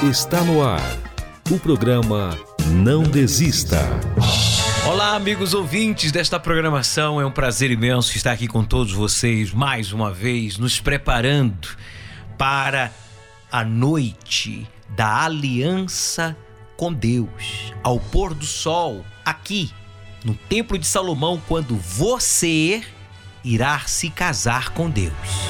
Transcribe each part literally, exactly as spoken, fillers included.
Está no ar o programa Não Desista. Olá, amigos ouvintes desta programação. É um prazer imenso estar aqui com todos vocês mais uma vez, nos preparando para a noite da aliança com Deus, ao pôr do sol, aqui no Templo de Salomão, quando você irá se casar com Deus.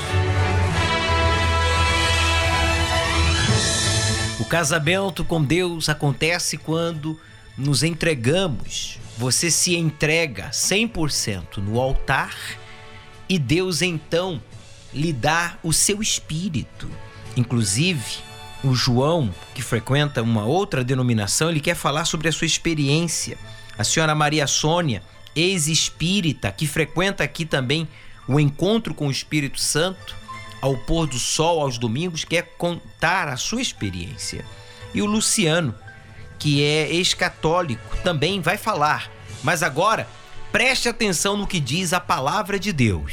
O casamento com Deus acontece quando nos entregamos. Você se entrega cem por cento no altar e Deus então lhe dá o seu espírito. Inclusive, o João, que frequenta uma outra denominação, ele quer falar sobre a sua experiência. A senhora Maria Sônia, ex-espírita, que frequenta aqui também o encontro com o Espírito Santo, ao pôr do sol aos domingos, quer contar a sua experiência. E o Luciano, que é ex-católico, também vai falar. Mas agora, preste atenção no que diz a palavra de Deus.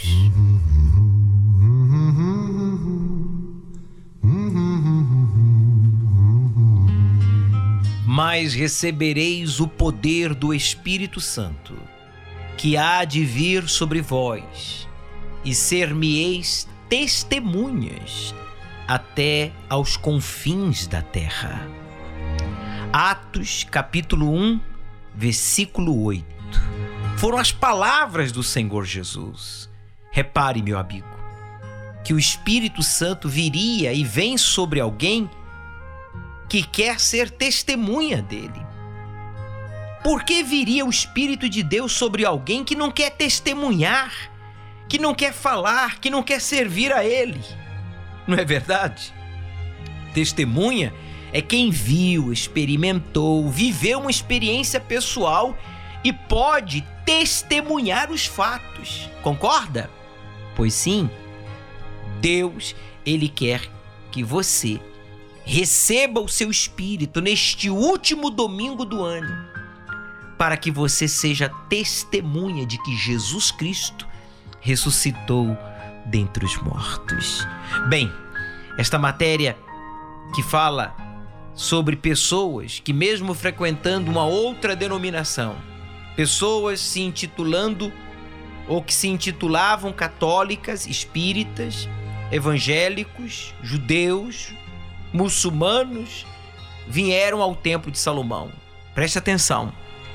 Mas recebereis o poder do Espírito Santo, que há de vir sobre vós, e ser-me-eis testemunhas até aos confins da terra. Atos, capítulo um, versículo oito. Foram as palavras do Senhor Jesus. Repare, meu amigo, que o Espírito Santo viria e vem sobre alguém que quer ser testemunha dele. Por que viria o Espírito de Deus sobre alguém que não quer testemunhar, que não quer falar, que não quer servir a ele? Não é verdade? Testemunha é quem viu, experimentou, viveu uma experiência pessoal e pode testemunhar os fatos. Concorda? Pois sim, Deus, ele quer que você receba o seu Espírito neste último domingo do ano, para que você seja testemunha de que Jesus Cristo ressuscitou dentre os mortos. Bem, esta matéria que fala sobre pessoas que, mesmo frequentando uma outra denominação, pessoas se intitulando ou que se intitulavam católicas, espíritas, evangélicos, judeus, muçulmanos, vieram ao Templo de Salomão. Preste atenção.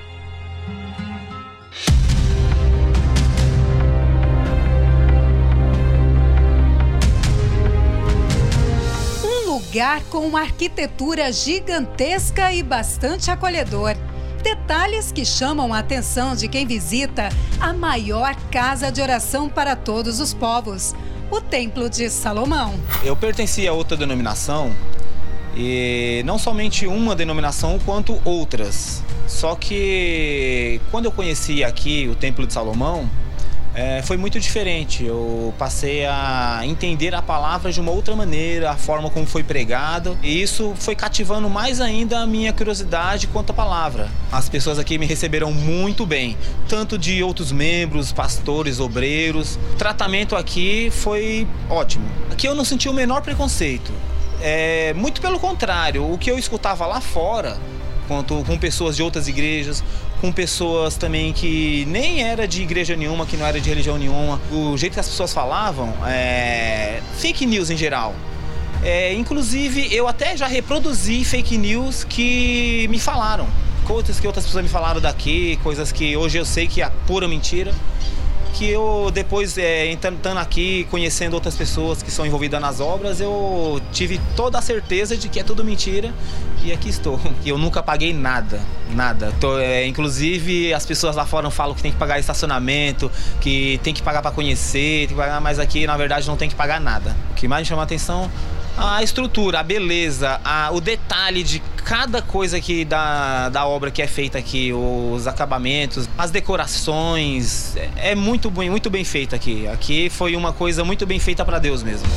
Um lugar com uma arquitetura gigantesca e bastante acolhedor. Detalhes que chamam a atenção de quem visita a maior casa de oração para todos os povos, o Templo de Salomão. Eu pertencia a outra denominação, e não somente uma denominação quanto outras. Só que quando eu conheci aqui o Templo de Salomão, é, foi muito diferente. Eu passei a entender a palavra de uma outra maneira, a forma como foi pregado, e isso foi cativando mais ainda a minha curiosidade quanto à palavra. As pessoas aqui me receberam muito bem, tanto de outros membros, pastores, obreiros. O tratamento aqui foi ótimo. Aqui eu não senti o menor preconceito. É, muito pelo contrário, o que eu escutava lá fora, quanto com pessoas de outras igrejas, com pessoas também que nem era de igreja nenhuma, que não era de religião nenhuma, o jeito que as pessoas falavam, é, fake news em geral. É, inclusive, eu até já reproduzi fake news que me falaram, coisas que outras pessoas me falaram daqui, coisas que hoje eu sei que é pura mentira, que eu depois, é, entrando aqui, conhecendo outras pessoas que são envolvidas nas obras, eu tive toda a certeza de que é tudo mentira, e aqui estou. Eu nunca paguei nada, nada. Tô, é, inclusive, as pessoas lá fora falam que tem que pagar estacionamento, que tem que pagar para conhecer, tem que pagar, mas aqui, na verdade, não tem que pagar nada. O que mais me chama a atenção, a estrutura, a beleza, a, o detalhe de cada coisa que da, da obra que é feita aqui, os acabamentos, as decorações, é, é muito bem, muito bem feito aqui. Aqui foi uma coisa muito bem feita para Deus mesmo.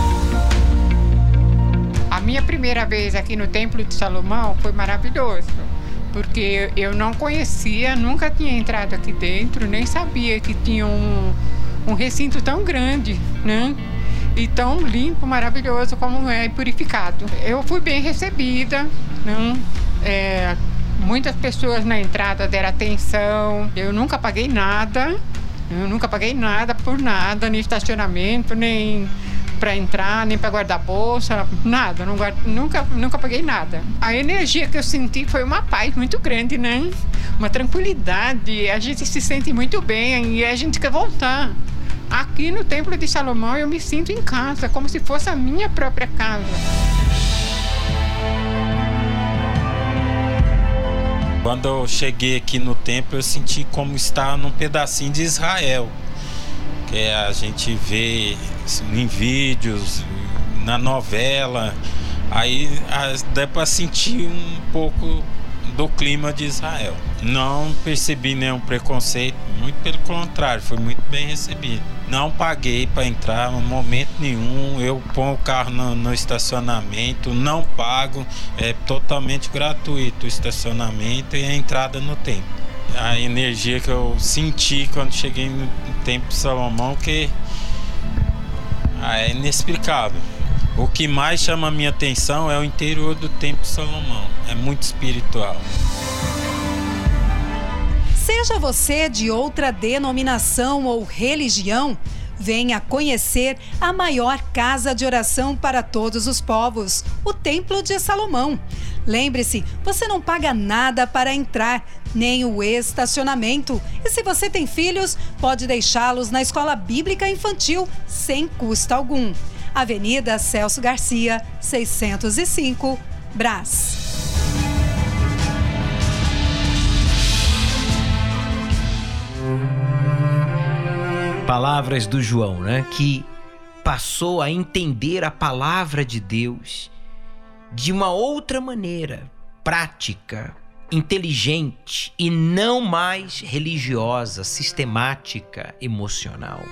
A minha primeira vez aqui no Templo de Salomão foi maravilhoso, porque eu não conhecia, nunca tinha entrado aqui dentro, nem sabia que tinha um, um recinto tão grande, né? e tão limpo, maravilhoso como é purificado. Eu fui bem recebida, não? É, muitas pessoas na entrada deram atenção, eu nunca paguei nada, eu nunca paguei nada por nada, nem estacionamento, nem para entrar, nem para guardar bolsa, nada, não guardo, nunca, nunca paguei nada. A energia que eu senti foi uma paz muito grande, né? Uma tranquilidade, a gente se sente muito bem e a gente quer voltar. Aqui no Templo de Salomão eu me sinto em casa, como se fosse a minha própria casa. Quando eu cheguei aqui no templo, eu senti como estar num pedacinho de Israel. Que a gente vê em vídeos, na novela, aí dá para sentir um pouco do clima de Israel. Não percebi nenhum preconceito, muito pelo contrário, foi muito bem recebido. Não paguei para entrar em momento nenhum, eu ponho o carro no, no estacionamento, não pago, é totalmente gratuito o estacionamento e a entrada no templo. A energia que eu senti quando cheguei no Templo de Salomão que ah, é inexplicável. O que mais chama a minha atenção é o interior do Templo de Salomão. É muito espiritual. Seja você de outra denominação ou religião, venha conhecer a maior casa de oração para todos os povos, o Templo de Salomão. Lembre-se, você não paga nada para entrar, nem o estacionamento. E se você tem filhos, pode deixá-los na escola bíblica infantil sem custo algum. Avenida Celso Garcia, seiscentos e cinco, Brás. Palavras do João, né? Que passou a entender a palavra de Deus de uma outra maneira, prática, inteligente e não mais religiosa, sistemática, emocional.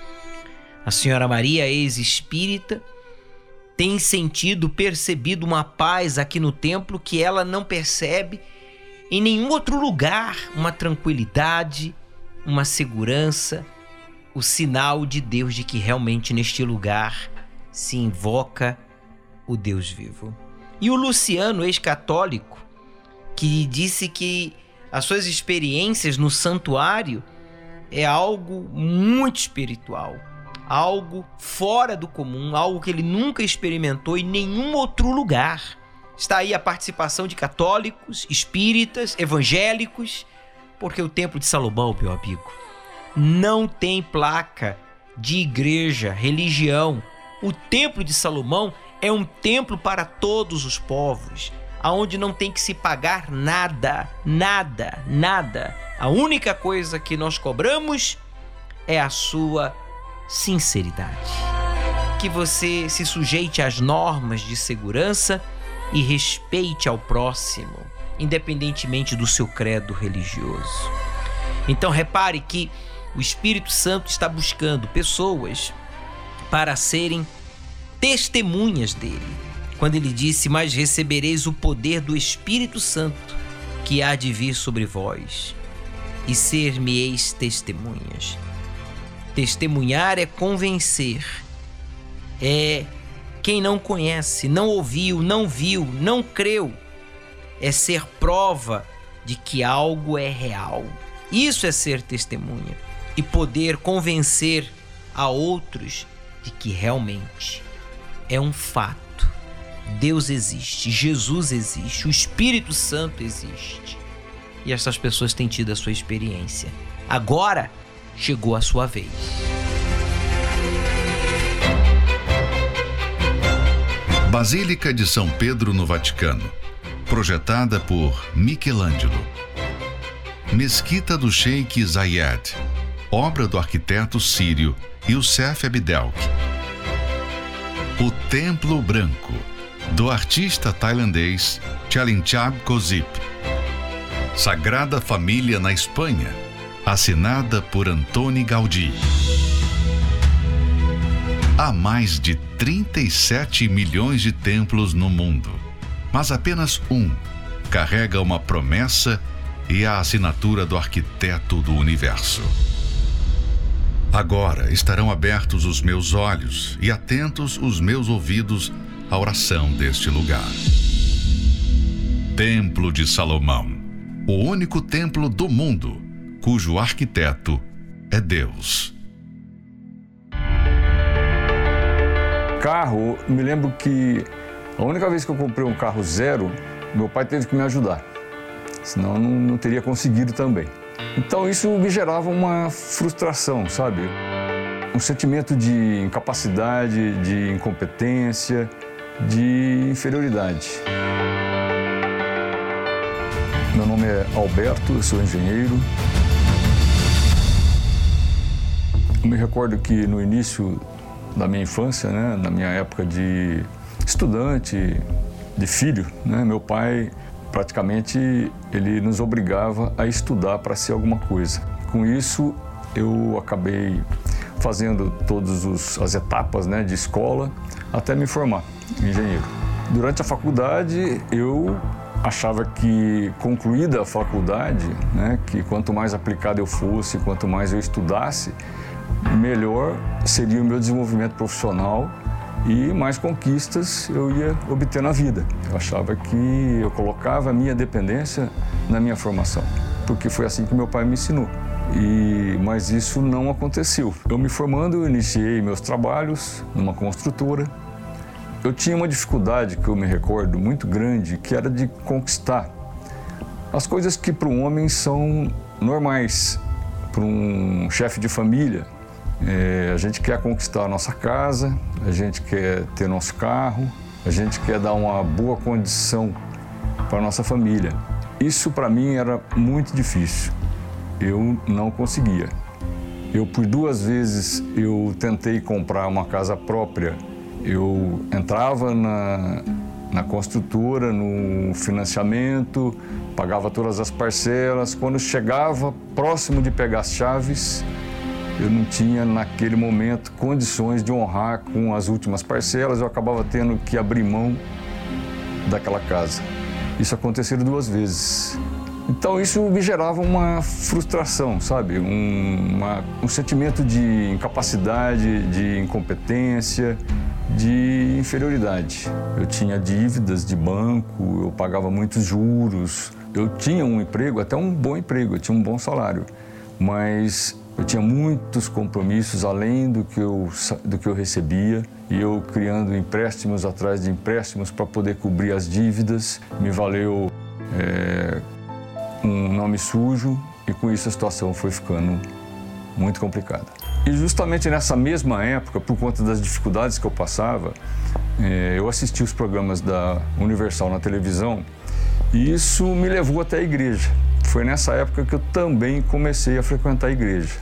A senhora Maria, ex-espírita, tem sentido, percebido uma paz aqui no templo que ela não percebe em nenhum outro lugar, uma tranquilidade, uma segurança, o sinal de Deus de que realmente neste lugar se invoca o Deus vivo. E o Luciano, ex-católico, que disse que as suas experiências no santuário é algo muito espiritual, algo fora do comum, algo que ele nunca experimentou em nenhum outro lugar. Está aí a participação de católicos, espíritas, evangélicos, porque o Templo de Salomão, meu amigo, não tem placa de igreja, religião. O Templo de Salomão é um templo para todos os povos, aonde não tem que se pagar nada, nada, nada. A única coisa que nós cobramos é a sua sinceridade. Que você se sujeite às normas de segurança e respeite ao próximo, independentemente do seu credo religioso. Então repare que o Espírito Santo está buscando pessoas para serem testemunhas dele. Quando ele disse: mas recebereis o poder do Espírito Santo que há de vir sobre vós, e ser-me-eis testemunhas. Testemunhar é convencer. É quem não conhece, não ouviu, não viu, não creu. É ser prova de que algo é real. Isso é ser testemunha. E poder convencer a outros de que realmente é um fato. Deus existe, Jesus existe, o Espírito Santo existe. E essas pessoas têm tido a sua experiência. Agora chegou a sua vez. Basílica de São Pedro no Vaticano, projetada por Michelangelo. Mesquita do Sheikh Zayed, obra do arquiteto sírio Youssef Abdelk. O Templo Branco, do artista tailandês Chalinchab Kozip. Sagrada Família na Espanha, assinada por Antoni Gaudí. Há mais de trinta e sete milhões de templos no mundo, mas apenas um carrega uma promessa e a assinatura do arquiteto do universo. Agora estarão abertos os meus olhos e atentos os meus ouvidos à oração deste lugar. Templo de Salomão, o único templo do mundo, cujo arquiteto é Deus. Carro, me lembro que a única vez que eu comprei um carro zero, meu pai teve que me ajudar, senão eu não, não teria conseguido também. Então isso me gerava uma frustração, sabe? Um sentimento de incapacidade, de incompetência, de inferioridade. Meu nome é Alberto, eu sou engenheiro. Eu me recordo que no início da minha infância, né, na minha época de estudante, de filho, né, meu pai praticamente ele nos obrigava a estudar para ser alguma coisa. Com isso, eu acabei fazendo todas as etapas, né, de escola até me formar engenheiro. Durante a faculdade, eu achava que, concluída a faculdade, né, que quanto mais aplicado eu fosse, quanto mais eu estudasse, melhor seria o meu desenvolvimento profissional e mais conquistas eu ia obter na vida. Eu achava que eu colocava a minha dependência na minha formação, porque foi assim que meu pai me ensinou. E, mas isso não aconteceu. Eu me formando, eu iniciei meus trabalhos numa construtora. Eu tinha uma dificuldade, que eu me recordo, muito grande, que era de conquistar as coisas que para um homem são normais, para um chefe de família. É, a gente quer conquistar a nossa casa, a gente quer ter nosso carro, a gente quer dar uma boa condição para a nossa família. Isso para mim era muito difícil, eu não conseguia. Eu por duas vezes eu tentei comprar uma casa própria, eu entrava na, na construtora, no financiamento, pagava todas as parcelas, quando chegava próximo de pegar as chaves, eu não tinha, naquele momento, condições de honrar com as últimas parcelas, eu acabava tendo que abrir mão daquela casa. Isso aconteceu duas vezes. Então isso me gerava uma frustração, sabe? Um, uma, um sentimento de incapacidade, de incompetência, de inferioridade. Eu tinha dívidas de banco, eu pagava muitos juros, eu tinha um emprego, até um bom emprego, eu tinha um bom salário, mas eu tinha muitos compromissos além do que eu, do que eu recebia, e eu criando empréstimos atrás de empréstimos para poder cobrir as dívidas. Me valeu é, um nome sujo, e com isso a situação foi ficando muito complicada. E justamente nessa mesma época, por conta das dificuldades que eu passava, é, eu assisti os programas da Universal na televisão, e isso me levou até a igreja. Foi nessa época que eu também comecei a frequentar a igreja.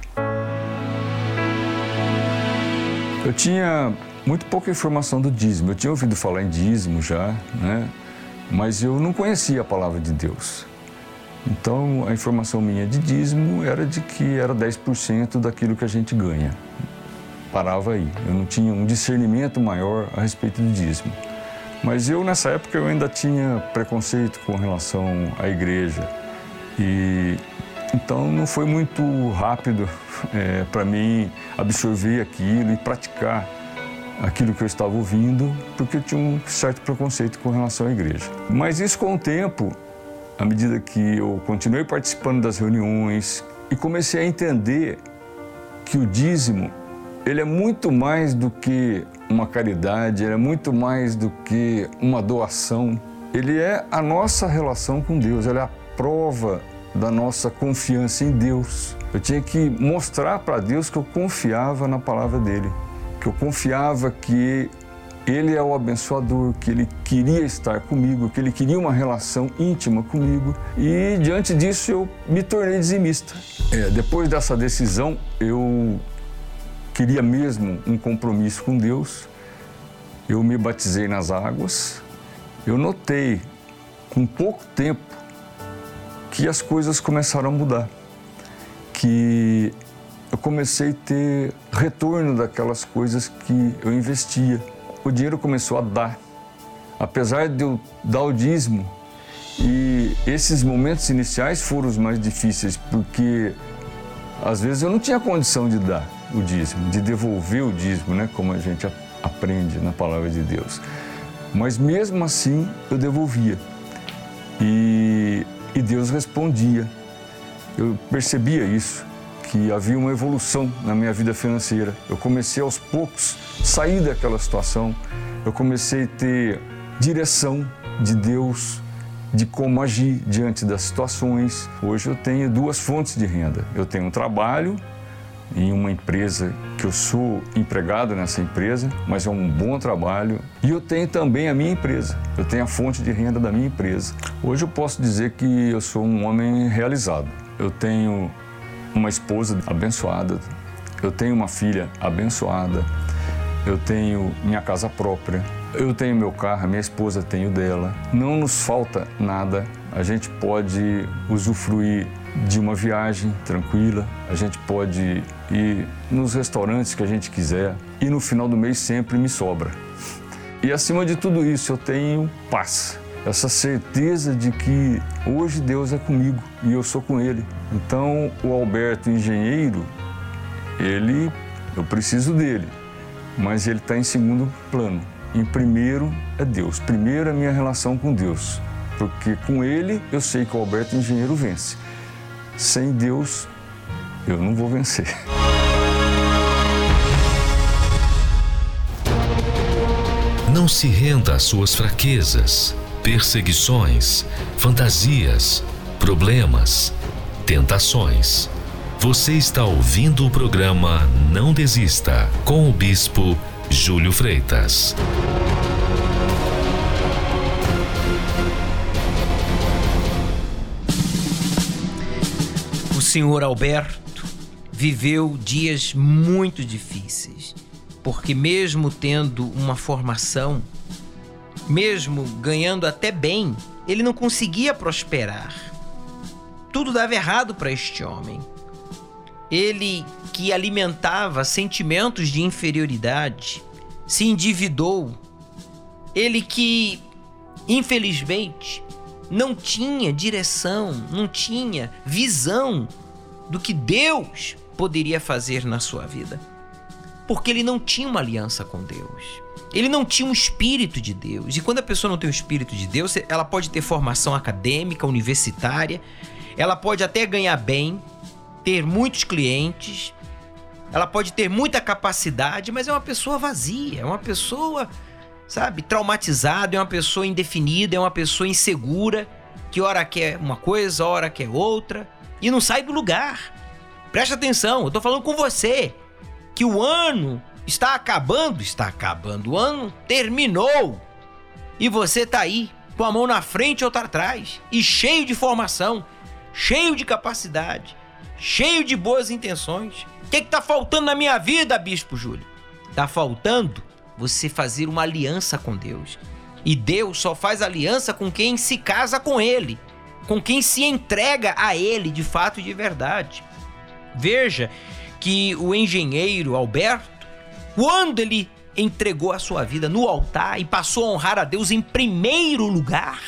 Eu tinha muito pouca informação do dízimo. Eu tinha ouvido falar em dízimo já, né? Mas eu não conhecia a palavra de Deus. Então, a informação minha de dízimo era de que era dez por cento daquilo que a gente ganha. Parava aí. Eu não tinha um discernimento maior a respeito do dízimo. Mas eu, nessa época, eu ainda tinha preconceito com relação à igreja. E então não foi muito rápido é, para mim absorver aquilo e praticar aquilo que eu estava ouvindo, porque eu tinha um certo preconceito com relação à igreja. Mas isso, com o tempo, à medida que eu continuei participando das reuniões e comecei a entender que o dízimo, ele é muito mais do que uma caridade, ele é muito mais do que uma doação. Ele é a nossa relação com Deus, ele é a prova da nossa confiança em Deus. Eu tinha que mostrar para Deus que eu confiava na palavra dele, que eu confiava que ele é o abençoador, que ele queria estar comigo, que ele queria uma relação íntima comigo. E diante disso eu me tornei dizimista. É, depois dessa decisão, eu queria mesmo um compromisso com Deus. Eu me batizei nas águas. Eu notei, com pouco tempo, que as coisas começaram a mudar, que eu comecei a ter retorno daquelas coisas que eu investia. O dinheiro começou a dar, apesar de eu dar o dízimo, e esses momentos iniciais foram os mais difíceis, porque às vezes eu não tinha condição de dar. o dízimo, de devolver o dízimo, né? Como a gente aprende na palavra de Deus. Mas mesmo assim eu devolvia e, e Deus respondia. Eu percebia isso, que havia uma evolução na minha vida financeira. Eu comecei aos poucos a sair daquela situação, eu comecei a ter direção de Deus, de como agir diante das situações. Hoje eu tenho duas fontes de renda. Eu tenho um trabalho em uma empresa que eu sou empregado nessa empresa, mas é um bom trabalho. E eu tenho também a minha empresa. Eu tenho a fonte de renda da minha empresa. Hoje eu posso dizer que eu sou um homem realizado. Eu tenho uma esposa abençoada, eu tenho uma filha abençoada, eu tenho minha casa própria, eu tenho meu carro, a minha esposa tem o dela. Não nos falta nada, a gente pode usufruir de uma viagem tranquila, a gente pode ir nos restaurantes que a gente quiser e no final do mês sempre me sobra. E acima de tudo isso eu tenho paz, essa certeza de que hoje Deus é comigo e eu sou com Ele. Então o Alberto engenheiro, ele, eu preciso dele, mas ele está em segundo plano. Em primeiro é Deus, primeiro é a minha relação com Deus, porque com Ele eu sei que o Alberto engenheiro vence. Sem Deus eu não vou vencer. Não se renda às suas fraquezas, perseguições, fantasias, problemas, tentações. Você está ouvindo o programa Não Desista, com o Bispo Júlio Freitas. O senhor Alberto viveu dias muito difíceis, porque mesmo tendo uma formação, mesmo ganhando até bem, ele não conseguia prosperar. Tudo dava errado para este homem. Ele, que alimentava sentimentos de inferioridade, se endividou. Ele que, infelizmente, não tinha direção, não tinha visão do que Deus poderia fazer na sua vida. Porque ele não tinha uma aliança com Deus. Ele não tinha um espírito de Deus. E quando a pessoa não tem o espírito de Deus, ela pode ter formação acadêmica, universitária, ela pode até ganhar bem, ter muitos clientes, ela pode ter muita capacidade, mas é uma pessoa vazia, é uma pessoa, sabe, traumatizada, é uma pessoa indefinida, é uma pessoa insegura, que ora quer uma coisa, ora quer outra, e não sai do lugar. Presta atenção, eu tô falando com você, que o ano está acabando, está acabando, o ano terminou, e você tá aí, com a mão na frente e outra atrás, e cheio de formação, cheio de capacidade, cheio de boas intenções. O que que tá faltando na minha vida, Bispo Júlio? Tá faltando você fazer uma aliança com Deus. E Deus só faz aliança com quem se casa com Ele, com quem se entrega a Ele de fato e de verdade. Veja que o engenheiro Alberto, quando ele entregou a sua vida no altar e passou a honrar a Deus em primeiro lugar,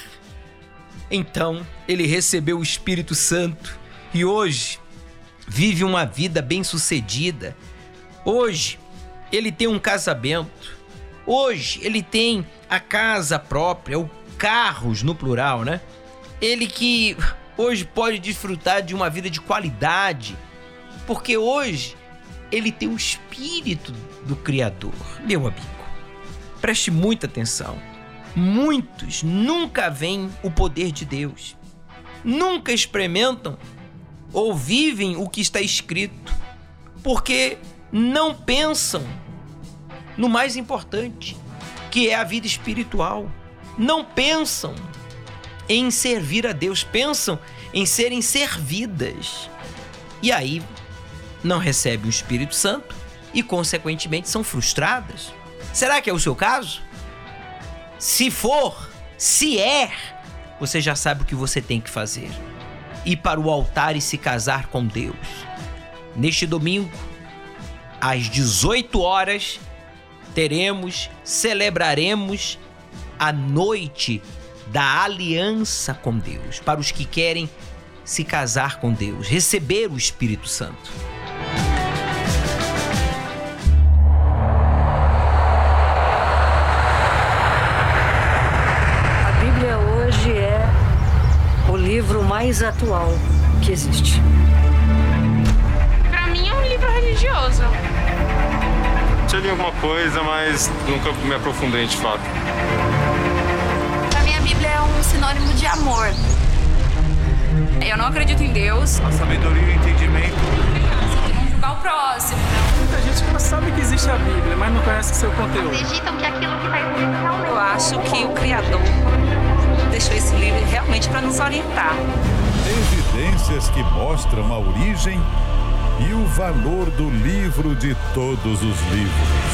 então ele recebeu o Espírito Santo e hoje vive uma vida bem-sucedida. Hoje ele tem um casamento. Hoje ele tem a casa própria, ou carros no plural, né? Ele que hoje pode desfrutar de uma vida de qualidade, porque hoje ele tem o Espírito do Criador. Meu amigo, preste muita atenção. Muitos nunca veem o poder de Deus, nunca experimentam ou vivem o que está escrito, porque não pensam no mais importante, que é a vida espiritual. Não pensam em servir a Deus, pensam em serem servidas. E aí não recebem o Espírito Santo e, consequentemente, são frustradas. Será que é o seu caso? Se for, se é, você já sabe o que você tem que fazer. Ir para o altar e se casar com Deus. Neste domingo, às dezoito horas, teremos, celebraremos a noite da aliança com Deus, para os que querem se casar com Deus, receber o Espírito Santo. mais atual que existe. Para mim é um livro religioso. Já li alguma coisa, mas nunca me aprofundei de fato. Para mim a Bíblia é um sinônimo de amor. Eu não acredito em Deus. A sabedoria e o entendimento. De não julgar o próximo. Muita gente que sabe que existe a Bíblia, mas não conhece o seu conteúdo. Acreditam que aquilo que está escrito realmente. Eu acho que o Criador deixou esse livro realmente para nos orientar. Evidências que mostram a origem e o valor do livro de todos os livros.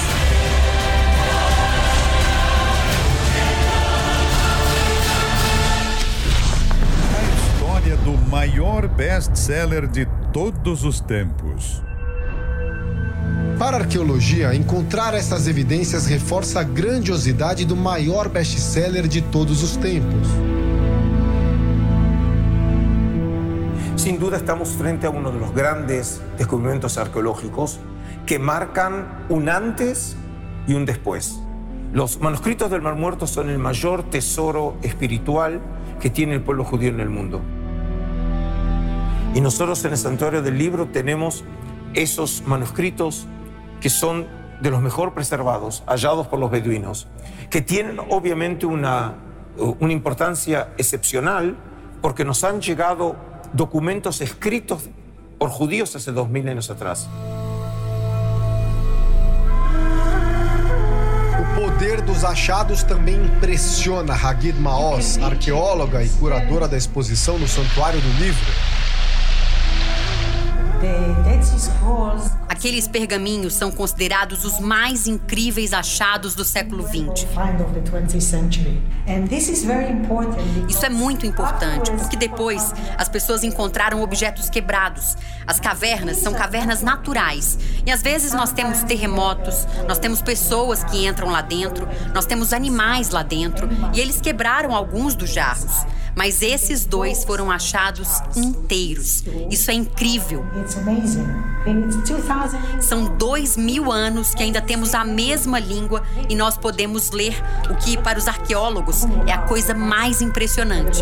A história do maior best-seller de todos os tempos. Para a arqueologia, encontrar essas evidências reforça a grandiosidade do maior best-seller de todos os tempos. Sin duda estamos frente a uno de los grandes descubrimientos arqueológicos que marcan un antes y un después. Los manuscritos del Mar Muerto son el mayor tesoro espiritual que tiene el pueblo judío en el mundo. Y nosotros en el Santuario del Libro tenemos esos manuscritos que son de los mejor preservados, hallados por los beduinos, que tienen obviamente una, una importancia excepcional porque nos han llegado documentos escritos por judíos hace dos mil años atrás. O poder dos achados também impressiona Hagid Maoz, arqueóloga e curadora da exposição no Santuário do Livro. Aqueles pergaminhos são considerados os mais incríveis achados do século vinte. Isso é muito importante, porque depois as pessoas encontraram objetos quebrados. As cavernas são cavernas naturais. E às vezes nós temos terremotos, nós temos pessoas que entram lá dentro, nós temos animais lá dentro, e eles quebraram alguns dos jarros. Mas esses dois foram achados inteiros. Isso é incrível. São dois mil anos que ainda temos a mesma língua e nós podemos ler o que, para os arqueólogos, é a coisa mais impressionante.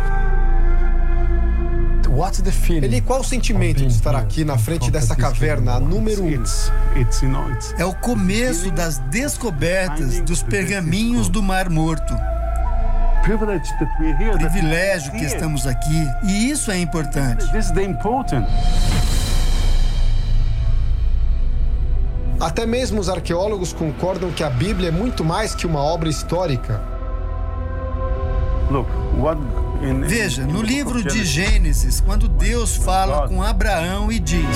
Eli, qual o sentimento de estar aqui na frente dessa caverna, a número um? É o começo das descobertas dos pergaminhos do Mar Morto. Privilégio que estamos aqui, e isso é importante. Até mesmo os arqueólogos concordam que a Bíblia é muito mais que uma obra histórica. Veja, no livro de Gênesis, quando Deus fala com Abraão e diz: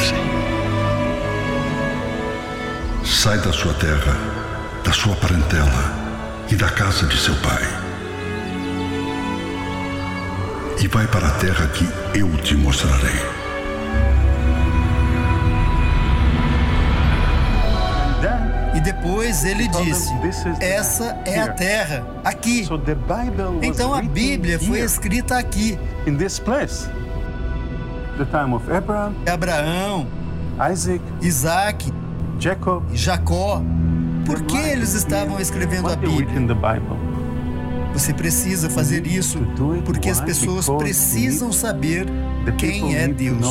sai da sua terra, da sua parentela e da casa de seu pai, e vai para a terra que eu te mostrarei. E depois ele disse: essa é a terra, aqui. Então a Bíblia foi escrita aqui. Abraão, Isaac, e Jacó. Por que eles estavam escrevendo a Bíblia? Você precisa fazer isso porque as pessoas precisam saber quem é Deus.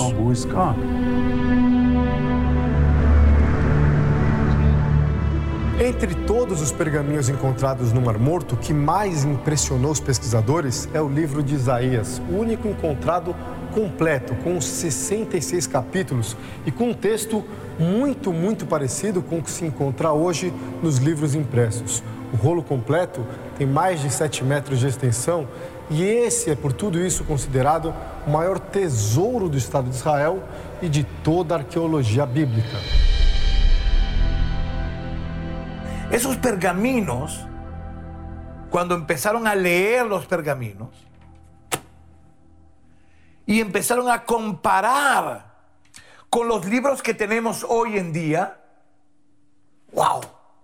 Entre todos os pergaminhos encontrados no Mar Morto, o que mais impressionou os pesquisadores é o livro de Isaías, o único encontrado completo, com sessenta e seis capítulos e com um texto muito, muito parecido com o que se encontra hoje nos livros impressos. O rolo completo tem mais de sete metros de extensão e esse é, por tudo isso, considerado o maior tesouro do Estado de Israel e de toda a arqueologia bíblica. Esos pergaminos, cuando empezaron a leer los pergaminos y empezaron a comparar con los libros que tenemos hoy en día, ¡wow!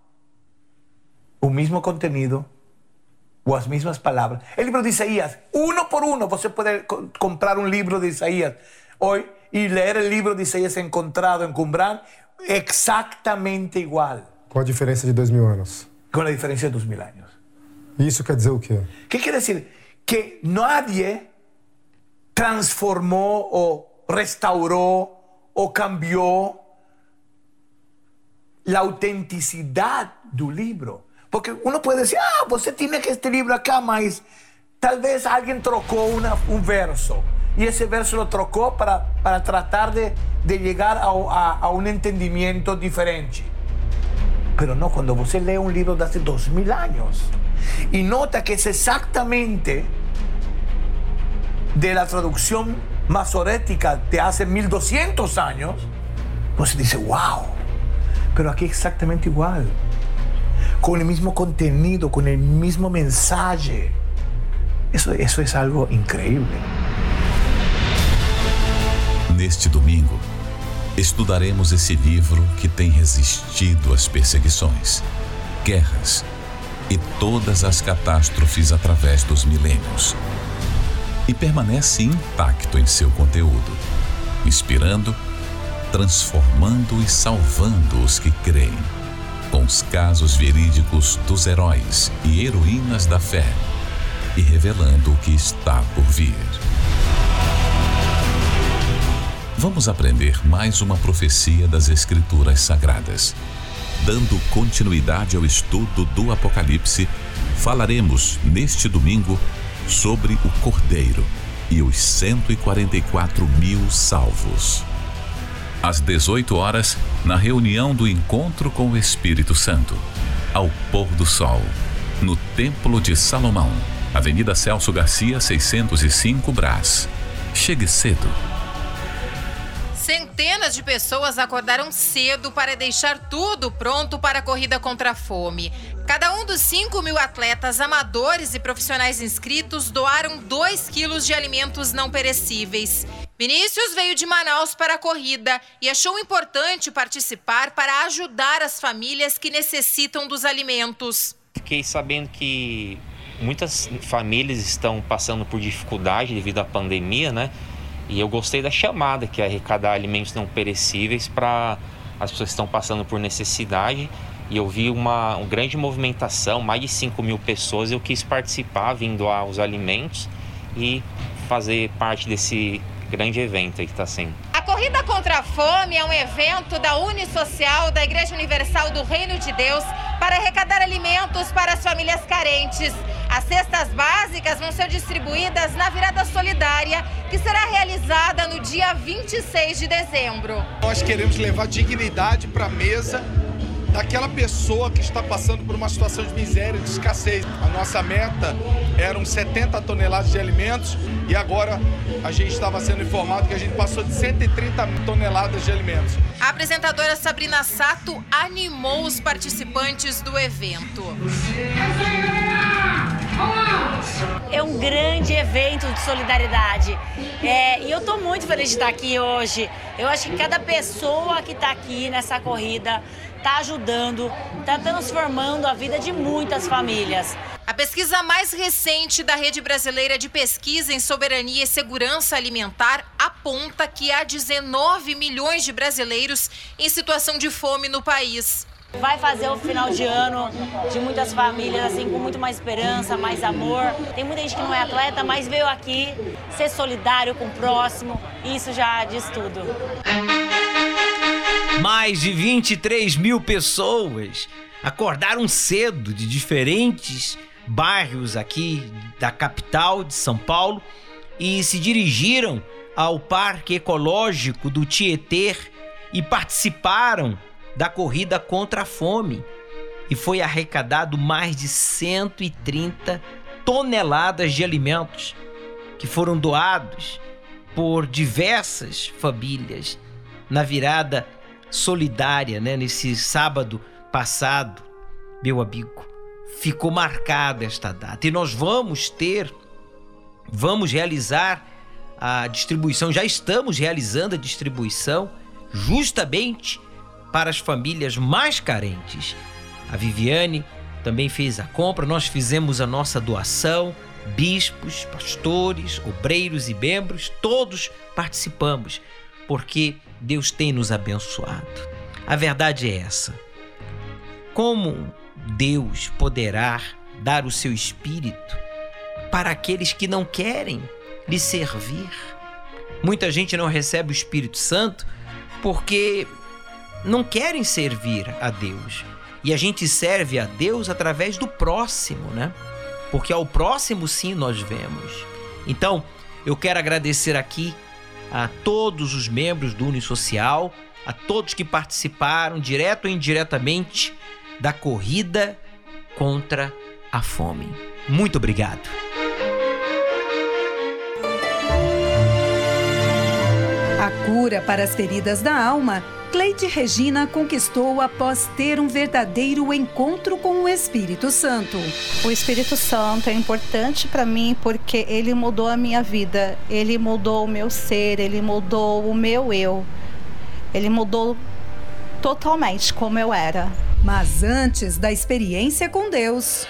O mismo contenido, o as mismas palavras. El libro de Isaías, uno por uno, você pode comprar un libro de Isaías hoy y leer el libro de Isaías encontrado en Qumran exactamente igual. Qual a diferença de dois mil anos? Com a diferença de dois mil anos. Isso quer dizer o quê? Que quer dizer? Que nadie transformou ou restaurou ou cambiou a autenticidade do livro. Porque uno pode dizer, ah, você tinha que este livro acá, mas talvez alguém trocou uma, um verso. E esse verso lo trocou para, para tratar de, de chegar a, a, a um entendimento diferente. Pero não, quando você lê um livro de hace dois mil anos e nota que é exatamente de la traducción masorética de hace mil e duzentos años, você diz, wow, pero aqui é exatamente igual, com o mesmo conteúdo, com o mesmo mensagem. Isso, isso é algo incrível. Neste domingo, estudaremos esse livro que tem resistido às perseguições, guerras e todas as catástrofes através dos milênios. E permanece intacto em seu conteúdo, inspirando, transformando e salvando os que creem, com os casos verídicos dos heróis e heroínas da fé, e revelando o que está por vir. Vamos aprender mais uma profecia das Escrituras Sagradas. Dando continuidade ao estudo do Apocalipse, falaremos neste domingo sobre o Cordeiro e os cento e quarenta e quatro mil salvos. Às dezoito horas, na reunião do Encontro com o Espírito Santo, ao pôr do sol, no Templo de Salomão, Avenida Celso Garcia, seiscentos e cinco, Brás. Chegue cedo. Centenas de pessoas acordaram cedo para deixar tudo pronto para a corrida contra a fome. Cada um dos cinco mil atletas amadores e profissionais inscritos doaram dois quilos de alimentos não perecíveis. Vinícius veio de Manaus para a corrida e achou importante participar para ajudar as famílias que necessitam dos alimentos. Fiquei sabendo que muitas famílias estão passando por dificuldade devido à pandemia, né? E eu gostei da chamada, que é arrecadar alimentos não perecíveis para as pessoas que estão passando por necessidade. E eu vi uma, uma grande movimentação, mais de cinco mil pessoas. Eu quis participar, vim doar os alimentos e fazer parte desse grande evento aí que está sendo. A Corrida contra a Fome é um evento da Unisocial, da Igreja Universal do Reino de Deus, para arrecadar alimentos para as famílias carentes. As cestas básicas vão ser distribuídas na virada solidária, que será realizada no dia vinte e seis de dezembro. Nós queremos levar dignidade para a mesa daquela pessoa que está passando por uma situação de miséria, de escassez. A nossa meta eram setenta toneladas de alimentos e agora a gente estava sendo informado que a gente passou de cento e trinta toneladas de alimentos. A apresentadora Sabrina Sato animou os participantes do evento. É um grande evento de solidariedade é, e eu estou muito feliz de estar aqui hoje. Eu acho que cada pessoa que está aqui nessa corrida está ajudando, está transformando a vida de muitas famílias. A pesquisa mais recente da Rede Brasileira de Pesquisa em Soberania e Segurança Alimentar aponta que há dezenove milhões de brasileiros em situação de fome no país. Vai fazer o final de ano de muitas famílias assim com muito mais esperança, mais amor. Tem muita gente que não é atleta, mas veio aqui ser solidário com o próximo. Isso já diz tudo. Mais de vinte e três mil pessoas acordaram cedo de diferentes bairros aqui da capital de São Paulo e se dirigiram ao Parque Ecológico do Tietê e participaram da corrida contra a fome. E foi arrecadado mais de cento e trinta toneladas de alimentos que foram doados por diversas famílias na virada solidária, né? Nesse sábado passado, meu amigo, ficou marcada esta data. E nós vamos ter, vamos realizar a distribuição, já estamos realizando a distribuição justamente para as famílias mais carentes. A Viviane também fez a compra, nós fizemos a nossa doação, bispos, pastores, obreiros e membros, todos participamos, porque Deus tem nos abençoado. A verdade é essa. Como Deus poderá dar o seu espírito para aqueles que não querem lhe servir. Muita gente não recebe o Espírito Santo porque não querem servir a Deus. E a gente serve a Deus através do próximo, né? Porque ao próximo sim nós vemos. Então, eu quero agradecer aqui a todos os membros do Unisocial, a todos que participaram, direto ou indiretamente, da corrida contra a fome. Muito obrigado. A cura para as feridas da alma, Cleide Regina conquistou após ter um verdadeiro encontro com o Espírito Santo. O Espírito Santo é importante para mim porque ele mudou a minha vida, ele mudou o meu ser, ele mudou o meu eu. Ele mudou totalmente como eu era. Mas antes da experiência com Deus,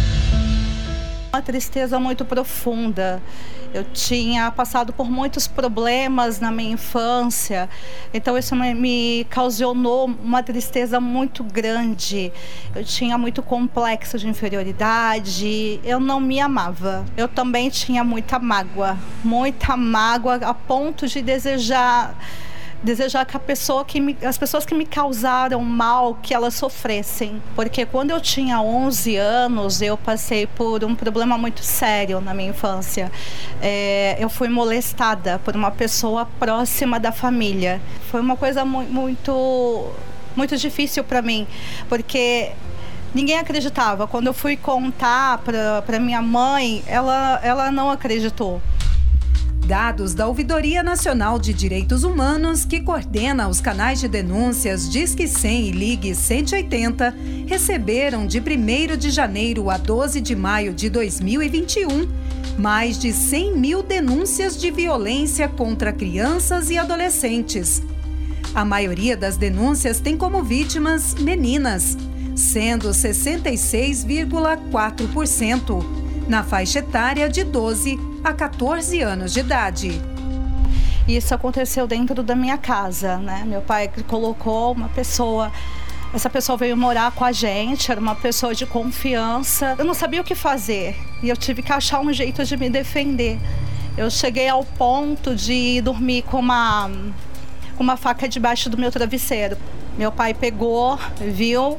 uma tristeza muito profunda. Eu tinha passado por muitos problemas na minha infância, então isso me causou uma tristeza muito grande. Eu tinha muito complexo de inferioridade, eu não me amava. Eu também tinha muita mágoa, muita mágoa a ponto de desejar desejar que a pessoa que me, as pessoas que me causaram mal, que elas sofressem. Porque quando eu tinha onze anos, eu passei por um problema muito sério na minha infância. É, eu fui molestada por uma pessoa próxima da família. Foi uma coisa mu muito, muito difícil para mim, porque ninguém acreditava. Quando eu fui contar para minha mãe, ela, ela não acreditou. Dados da Ouvidoria Nacional de Direitos Humanos, que coordena os canais de denúncias Disque cem e Ligue cento e oitenta, receberam de primeiro de janeiro a doze de maio de dois mil e vinte e um mais de cem mil denúncias de violência contra crianças e adolescentes. A maioria das denúncias tem como vítimas meninas, sendo sessenta e seis vírgula quatro por cento, na faixa etária de doze a quatorze anos de idade. Isso aconteceu dentro da minha casa, né? Meu pai colocou uma pessoa, essa pessoa veio morar com a gente, era uma pessoa de confiança. Eu não sabia o que fazer e eu tive que achar um jeito de me defender. Eu cheguei ao ponto de dormir com uma, com uma faca debaixo do meu travesseiro. Meu pai pegou, viu,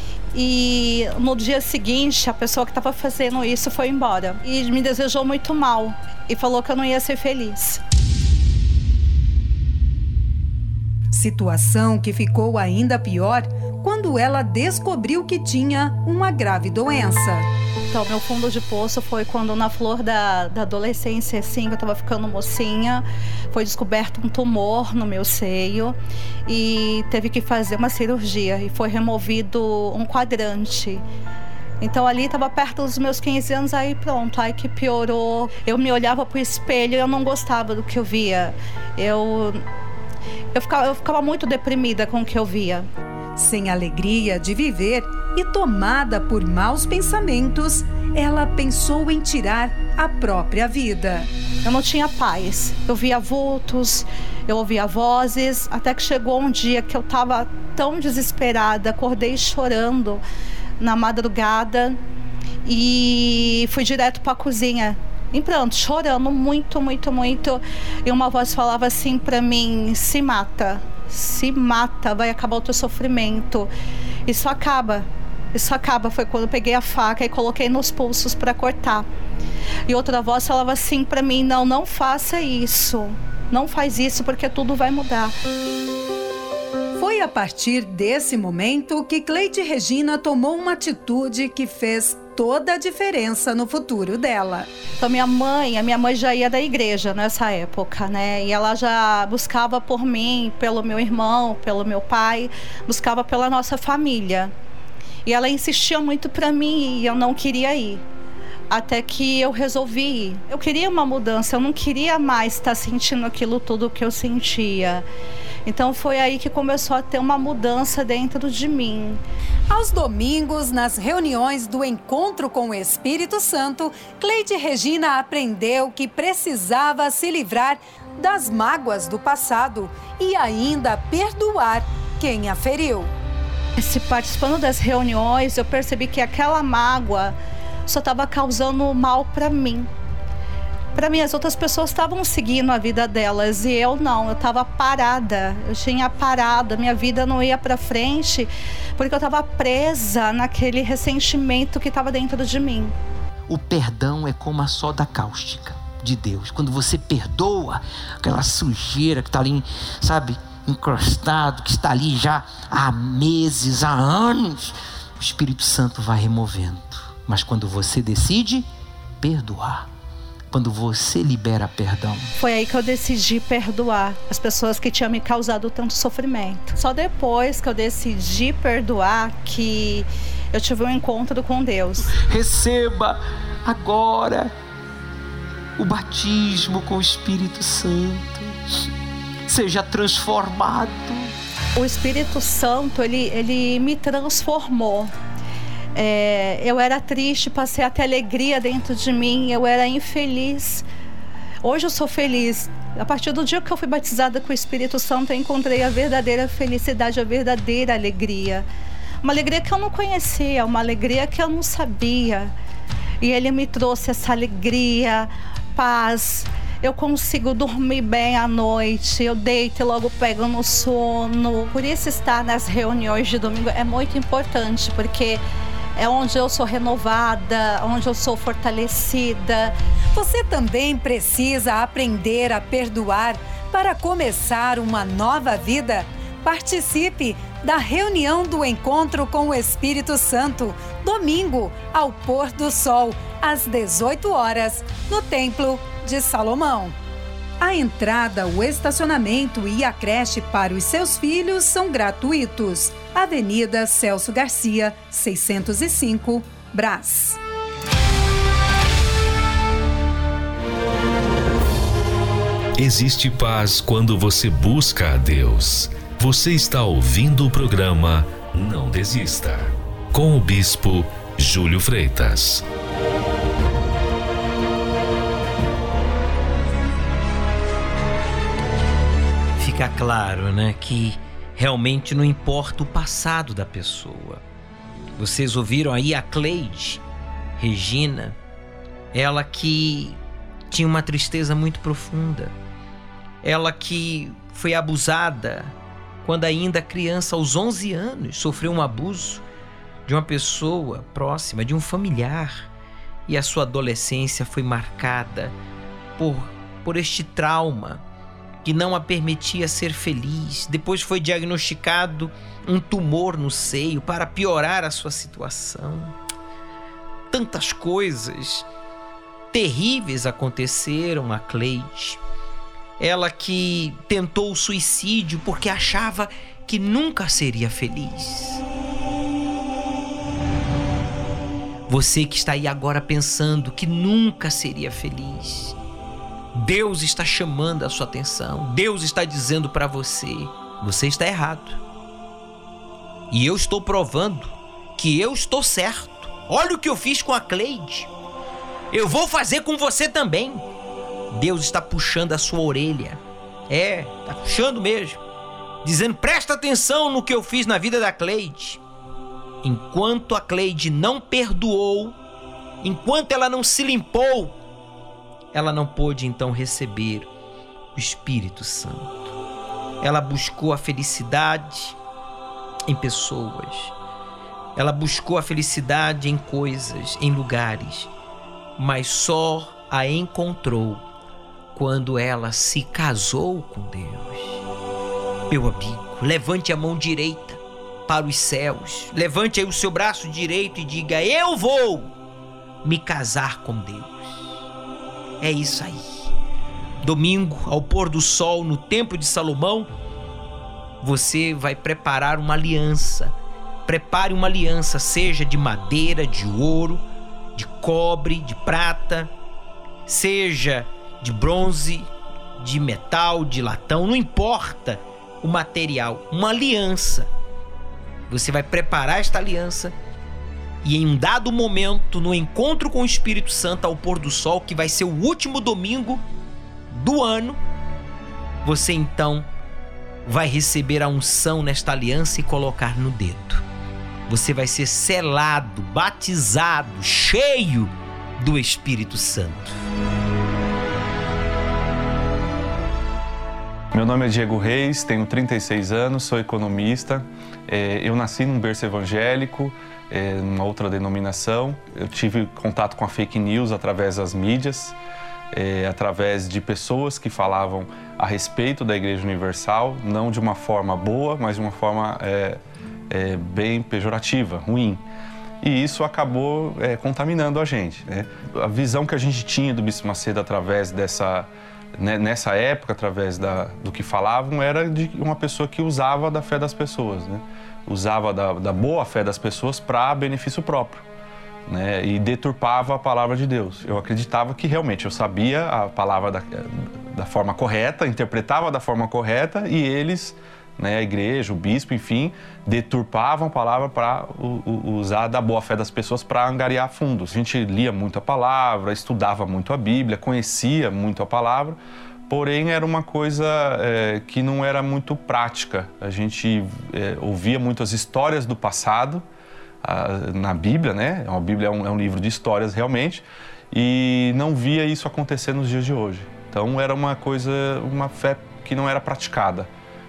e no dia seguinte a pessoa que estava fazendo isso foi embora e me desejou muito mal e falou que eu não ia ser feliz. Situação que ficou ainda pior quando ela descobriu que tinha uma grave doença. Então, meu fundo de poço foi quando, na flor da, da adolescência, assim, eu estava ficando mocinha, foi descoberto um tumor no meu seio e teve que fazer uma cirurgia e foi removido um quadrante. Então, ali estava perto dos meus quinze anos, aí pronto, aí que piorou. Eu me olhava pro espelho e eu não gostava do que eu via. Eu, eu, ficava, eu ficava muito deprimida com o que eu via. Sem alegria de viver e tomada por maus pensamentos, ela pensou em tirar a própria vida. Eu não tinha paz. Eu via vultos, eu ouvia vozes, até que chegou um dia que eu estava tão desesperada, acordei chorando na madrugada e fui direto para a cozinha. Em pranto, chorando muito, muito, muito. E uma voz falava assim para mim: se mata, se mata, vai acabar o teu sofrimento. Isso acaba, isso acaba. Foi quando eu peguei a faca e coloquei nos pulsos para cortar. E outra voz falava assim para mim: não, não faça isso, não faz isso porque tudo vai mudar. Foi a partir desse momento que Cleide Regina tomou uma atitude que fez toda a diferença no futuro dela. Então, minha mãe, a minha mãe já ia da igreja nessa época, né? E ela já buscava por mim, pelo meu irmão, pelo meu pai, buscava pela nossa família. E ela insistia muito para mim e eu não queria ir. Até que eu resolvi ir. Eu queria uma mudança, eu não queria mais estar sentindo aquilo tudo que eu sentia. Então foi aí que começou a ter uma mudança dentro de mim. Aos domingos, nas reuniões do Encontro com o Espírito Santo, Cleide Regina aprendeu que precisava se livrar das mágoas do passado e ainda perdoar quem a feriu. Se participando das reuniões, eu percebi que aquela mágoa só estava causando mal para mim. Para mim, as outras pessoas estavam seguindo a vida delas e eu não, eu estava parada, eu tinha parado, a minha vida não ia para frente porque eu estava presa naquele ressentimento que estava dentro de mim. O perdão é como a soda cáustica de Deus. Quando você perdoa aquela sujeira que está ali, sabe, encrostado, que está ali já há meses, há anos, o Espírito Santo vai removendo. Mas quando você decide perdoar, quando você libera perdão, foi aí que eu decidi perdoar as pessoas que tinham me causado tanto sofrimento. Só depois que eu decidi perdoar que eu tive um encontro com Deus. Receba agora o batismo com o Espírito Santo. Seja transformado. O Espírito Santo, ele, ele me transformou. É, eu era triste, passei até alegria dentro de mim, eu era infeliz. Hoje eu sou feliz. A partir do dia que eu fui batizada com o Espírito Santo, eu encontrei a verdadeira felicidade, a verdadeira alegria. Uma alegria que eu não conhecia, uma alegria que eu não sabia. E Ele me trouxe essa alegria, paz. Eu consigo dormir bem à noite, eu deito e logo pego no sono. Por isso estar nas reuniões de domingo é muito importante, porque é onde eu sou renovada, onde eu sou fortalecida. Você também precisa aprender a perdoar para começar uma nova vida. Participe da reunião do Encontro com o Espírito Santo, domingo, ao pôr do sol, às dezoito horas, no Templo de Salomão. A entrada, o estacionamento e a creche para os seus filhos são gratuitos. Avenida Celso Garcia, seiscentos e cinco, Brás. Existe paz quando você busca a Deus. Você está ouvindo o programa Não Desista, com o Bispo Júlio Freitas. Fica claro, né, que realmente não importa o passado da pessoa. Vocês ouviram aí a Cleide, Regina, ela que tinha uma tristeza muito profunda. Ela que foi abusada quando ainda criança, aos onze anos, sofreu um abuso de uma pessoa próxima, de um familiar. E a sua adolescência foi marcada por, por este trauma que não a permitia ser feliz. Depois foi diagnosticado um tumor no seio para piorar a sua situação. Tantas coisas terríveis aconteceram a Cleide. Ela que tentou o suicídio porque achava que nunca seria feliz. Você que está aí agora pensando que nunca seria feliz, Deus está chamando a sua atenção. Deus está dizendo para você: você está errado. E eu estou provando que eu estou certo. Olha o que eu fiz com a Cleide. Eu vou fazer com você também. Deus está puxando a sua orelha. É, está puxando mesmo. Dizendo: presta atenção no que eu fiz na vida da Cleide. Enquanto a Cleide não perdoou, enquanto ela não se limpou, ela não pôde então receber o Espírito Santo. Ela buscou a felicidade em pessoas. Ela buscou a felicidade em coisas, em lugares, mas só a encontrou quando ela se casou com Deus. Meu amigo, levante a mão direita para os céus. Levante aí o seu braço direito e diga: eu vou me casar com Deus. É isso aí. Domingo, ao pôr do sol, no Templo de Salomão, você vai preparar uma aliança. Prepare uma aliança, seja de madeira, de ouro, de cobre, de prata, seja de bronze, de metal, de latão, não importa o material, uma aliança. Você vai preparar esta aliança e em um dado momento, no encontro com o Espírito Santo ao pôr do sol, que vai ser o último domingo do ano, você então vai receber a unção nesta aliança e colocar no dedo. Você vai ser selado, batizado, cheio do Espírito Santo. Meu nome é Diego Reis, tenho trinta e seis anos, sou economista. É, eu nasci num berço evangélico, é, numa outra denominação. Eu tive contato com a fake news através das mídias, é, através de pessoas que falavam a respeito da Igreja Universal, não de uma forma boa, mas de uma forma é, é, bem pejorativa, ruim. E isso acabou é, contaminando a gente, né? A visão que a gente tinha do Bispo Macedo através dessa... nessa época, através da, do que falavam, era de uma pessoa que usava da fé das pessoas, né? Usava da, da boa fé das pessoas para benefício próprio, né? E deturpava a palavra de Deus. Eu acreditava que realmente eu sabia a palavra da, da forma correta, interpretava da forma correta, e eles, né, a igreja, o bispo, enfim, deturpavam a palavra para usar da boa fé das pessoas para angariar fundos. A gente lia muito a palavra, estudava muito a Bíblia, conhecia muito a palavra, porém era uma coisa é, que não era muito prática. A gente é, ouvia muitas histórias do passado a, na Bíblia, né? A Bíblia é um, é um livro de histórias realmente, e não via isso acontecer nos dias de hoje. Então era uma coisa, uma fé que não era praticada.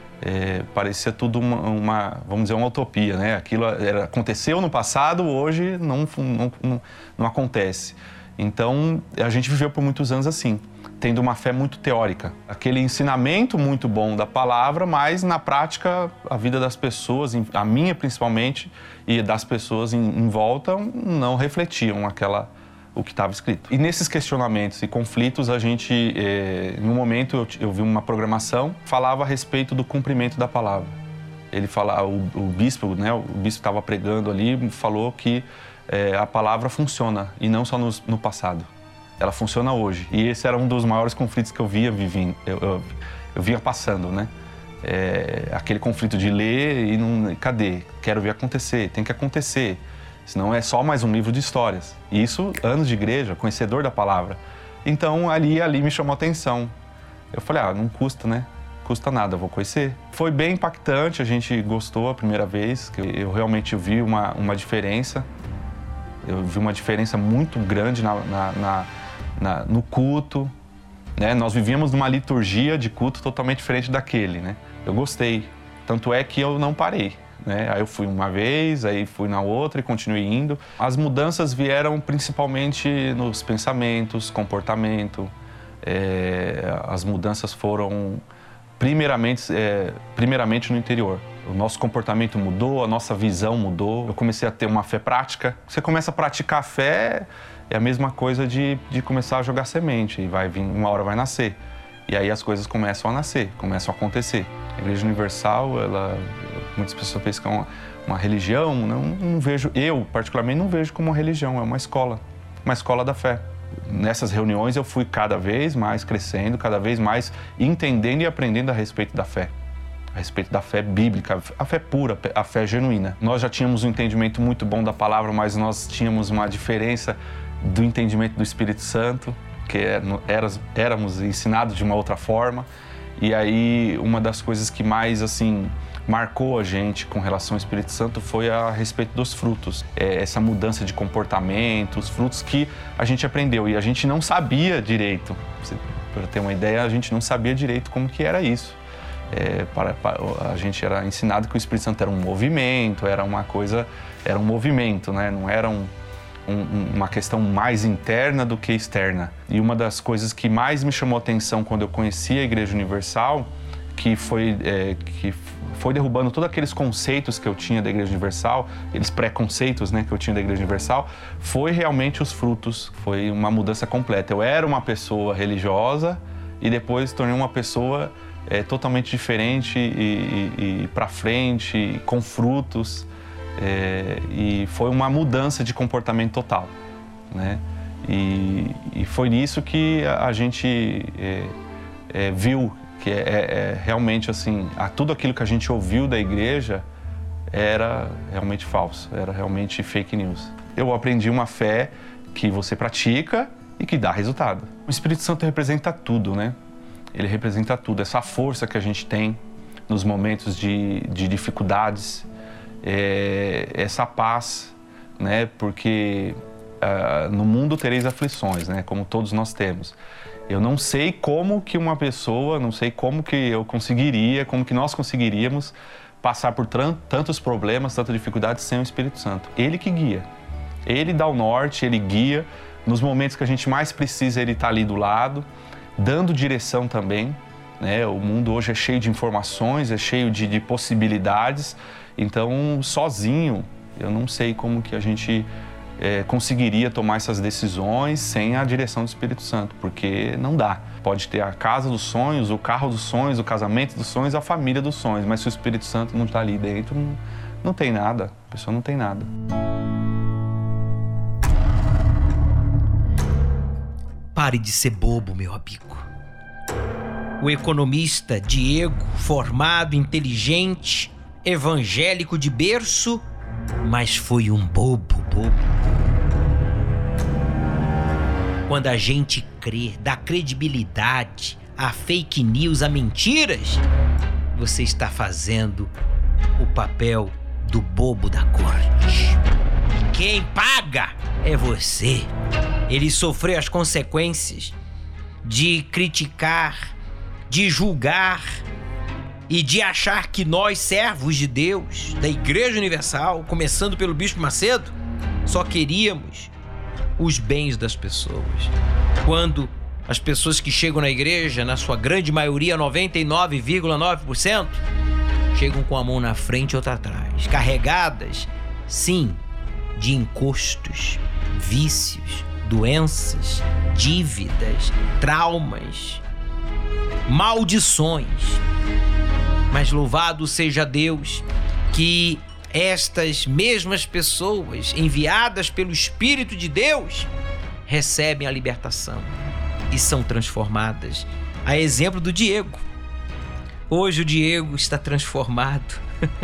É, parecia tudo uma, uma, vamos dizer, uma utopia, né? Aquilo era, aconteceu no passado, hoje não, não, não, não acontece. Então, a gente viveu por muitos anos assim, tendo uma fé muito teórica. Aquele ensinamento muito bom da palavra, mas na prática a vida das pessoas, a minha principalmente, e das pessoas em, em volta, não refletiam aquela... o que estava escrito. E nesses questionamentos e conflitos, a gente, eh, em um momento, eu, eu vi uma programação, falava a respeito do cumprimento da palavra. Ele falava, o, o bispo, né, o bispo estava pregando ali, falou que eh, a palavra funciona, e não só no, no passado. Ela funciona hoje. E esse era um dos maiores conflitos que eu via vivendo, eu, eu, eu vinha passando, né? É, aquele conflito de ler e não... Cadê? Quero ver acontecer, tem que acontecer. Senão é só mais um livro de histórias. E isso, anos de igreja, conhecedor da palavra. Então, ali, ali me chamou a atenção. Eu falei, ah, não custa, né? Custa nada, eu vou conhecer. Foi bem impactante, a gente gostou a primeira vez. Eu realmente vi uma, uma diferença. Eu vi uma diferença muito grande na, na, na, na, no culto. Né? Nós vivíamos numa liturgia de culto totalmente diferente daquele, né? Eu gostei. Tanto é que eu não parei. Né? Aí eu fui uma vez, aí fui na outra e continuei indo. As mudanças vieram principalmente nos pensamentos, comportamento. É, as mudanças foram primeiramente, é, primeiramente no interior. O nosso comportamento mudou, a nossa visão mudou. Eu comecei a ter uma fé prática. Você começa a praticar a fé, é a mesma coisa de, de começar a jogar semente. E vai vir, uma hora vai nascer. E aí as coisas começam a nascer, começam a acontecer. A Igreja Universal, ela, muitas pessoas pensam que é uma, uma religião. Não, não vejo, eu particularmente não vejo como uma religião, é uma escola, uma escola da fé. Nessas reuniões eu fui cada vez mais crescendo, cada vez mais entendendo e aprendendo a respeito da fé. A respeito da fé bíblica, a fé pura, a fé genuína. Nós já tínhamos um entendimento muito bom da palavra, mas nós tínhamos uma diferença do entendimento do Espírito Santo, que éramos ensinados de uma outra forma. E aí, uma das coisas que mais, assim, marcou a gente com relação ao Espírito Santo foi a respeito dos frutos. É, essa mudança de comportamento, os frutos que a gente aprendeu. E a gente não sabia direito. Para ter uma ideia, a gente não sabia direito como que era isso. É, para, para, a gente era ensinado que o Espírito Santo era um movimento, era uma coisa, era um movimento, né? Não era um... Um, uma questão mais interna do que externa. E uma das coisas que mais me chamou a atenção quando eu conheci a Igreja Universal, que foi, é, que foi derrubando todos aqueles conceitos que eu tinha da Igreja Universal, aqueles preconceitos, né, que eu tinha da Igreja Universal, foi realmente os frutos, foi uma mudança completa. Eu era uma pessoa religiosa e depois tornei uma pessoa é, totalmente diferente e, e, e para frente, com frutos. É, e foi uma mudança de comportamento total, né? E, e foi nisso que a, a gente é, é, viu que é, é realmente assim, a, tudo aquilo que a gente ouviu da igreja era realmente falso, era realmente fake news. Eu aprendi uma fé que você pratica e que dá resultado. O Espírito Santo representa tudo, né? Ele representa tudo, essa força que a gente tem nos momentos de, de dificuldades. É, essa paz, né? Porque uh, no mundo tereis aflições, né? Como todos nós temos. Eu não sei como que uma pessoa, não sei como que eu conseguiria, como que nós conseguiríamos passar por tantos problemas, tanta dificuldade sem o Espírito Santo. Ele que guia. Ele dá o norte, ele guia. Nos momentos que a gente mais precisa, ele está ali do lado, dando direção também. Né? O mundo hoje é cheio de informações, é cheio de, de possibilidades. Então, sozinho, eu não sei como que a gente é, conseguiria tomar essas decisões sem a direção do Espírito Santo, porque não dá. Pode ter a casa dos sonhos, o carro dos sonhos, o casamento dos sonhos, a família dos sonhos, mas se o Espírito Santo não está ali dentro, não, não tem nada, a pessoa não tem nada. Pare de ser bobo, meu amigo. O economista Diego, formado, inteligente, evangélico de berço, mas foi um bobo, bobo. Quando a gente crê, dá credibilidade a fake news, a mentiras, você está fazendo o papel do bobo da corte. Quem paga é você. Ele sofreu as consequências de criticar, de julgar e de achar que nós, servos de Deus, da Igreja Universal, começando pelo Bispo Macedo, só queríamos os bens das pessoas. Quando as pessoas que chegam na igreja, na sua grande maioria, noventa e nove vírgula nove por cento, chegam com a mão na frente e outra atrás, carregadas, sim, de encostos, vícios, doenças, dívidas, traumas, maldições. Mas louvado seja Deus que estas mesmas pessoas enviadas pelo Espírito de Deus recebem a libertação e são transformadas. A exemplo do Diego. Hoje o Diego está transformado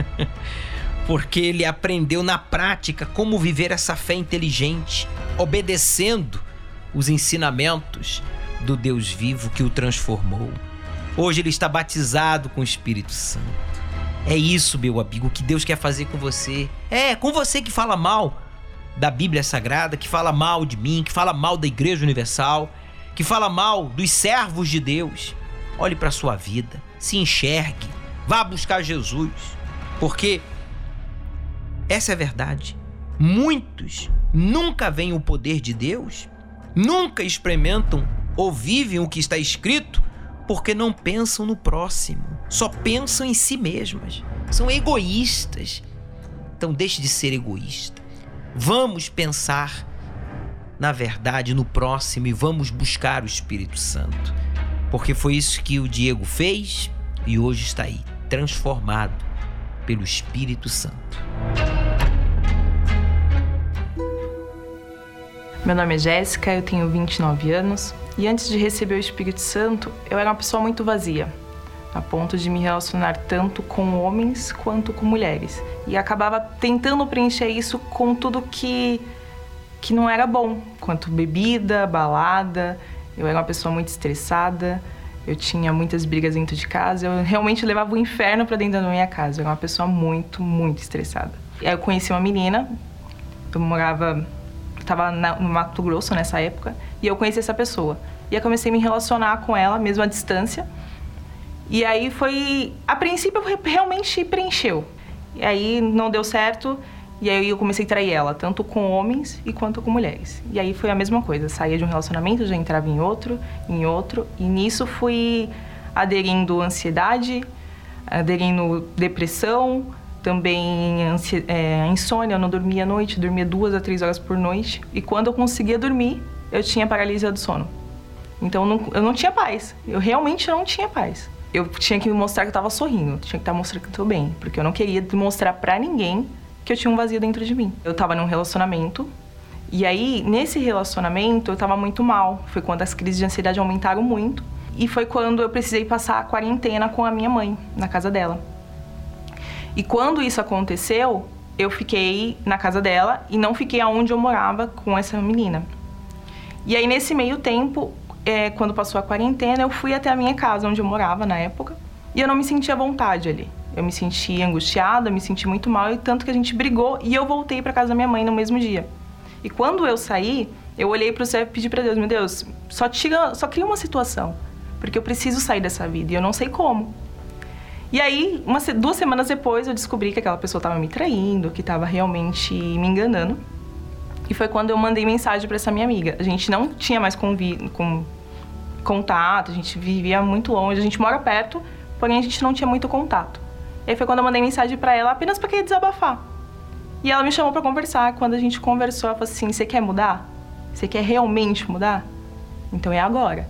porque ele aprendeu na prática como viver essa fé inteligente, obedecendo os ensinamentos do Deus vivo que o transformou. Hoje ele está batizado com o Espírito Santo. É isso, meu amigo, que Deus quer fazer com você. É, com você que fala mal da Bíblia Sagrada, que fala mal de mim, que fala mal da Igreja Universal, que fala mal dos servos de Deus. Olhe para a sua vida, se enxergue, vá buscar Jesus, porque essa é a verdade. Muitos nunca veem o poder de Deus, nunca experimentam ou vivem o que está escrito, porque não pensam no próximo, só pensam em si mesmas. São egoístas. Então deixe de ser egoísta. Vamos pensar, na verdade, no próximo e vamos buscar o Espírito Santo. Porque foi isso que o Diego fez e hoje está aí, transformado pelo Espírito Santo. Meu nome é Jéssica, eu tenho vinte e nove anos e antes de receber o Espírito Santo, eu era uma pessoa muito vazia, a ponto de me relacionar tanto com homens quanto com mulheres. E acabava tentando preencher isso com tudo que, que não era bom, quanto bebida, balada. Eu era uma pessoa muito estressada, eu tinha muitas brigas dentro de casa, eu realmente levava o inferno para dentro da minha casa. Eu era uma pessoa muito, muito estressada. E aí eu conheci uma menina, eu morava... estava no Mato Grosso nessa época, e eu conheci essa pessoa. E eu comecei a me relacionar com ela, mesmo à distância. E aí foi... A princípio, realmente preencheu. E aí não deu certo, e aí eu comecei a trair ela, tanto com homens e quanto com mulheres. E aí foi a mesma coisa, saía de um relacionamento, já entrava em outro, em outro, e nisso fui aderindo ansiedade, aderindo depressão, também ansi- é, insônia, eu não dormia à noite, dormia duas a três horas por noite. E quando eu conseguia dormir, eu tinha paralisia do sono. Então eu não, eu não tinha paz, eu realmente não tinha paz. Eu tinha que me mostrar que eu estava sorrindo, tinha que estar mostrando que eu estou bem, porque eu não queria mostrar pra ninguém que eu tinha um vazio dentro de mim. Eu estava num relacionamento, e aí, nesse relacionamento, eu estava muito mal. Foi quando as crises de ansiedade aumentaram muito, e foi quando eu precisei passar a quarentena com a minha mãe, na casa dela. E quando isso aconteceu, eu fiquei na casa dela e não fiquei aonde eu morava com essa menina. E aí, nesse meio tempo, é, quando passou a quarentena, eu fui até a minha casa, onde eu morava na época, e eu não me sentia à vontade ali. Eu me senti angustiada, me senti muito mal, e tanto que a gente brigou, e eu voltei para casa da minha mãe no mesmo dia. E quando eu saí, Eu olhei pro céu e pedi pra Deus, meu Deus, só tira, só cria uma situação, porque eu preciso sair dessa vida e eu não sei como. E aí, uma, duas semanas depois, eu descobri que aquela pessoa estava me traindo, que estava realmente me enganando. E foi quando eu mandei mensagem para essa minha amiga. A gente não tinha mais convi- com contato, a gente vivia muito longe, a gente mora perto, porém a gente não tinha muito contato. E aí foi quando eu mandei mensagem para ela apenas para querer desabafar. E ela me chamou para conversar. Quando a gente conversou, ela falou assim, você quer mudar? Você quer realmente mudar? Então é agora.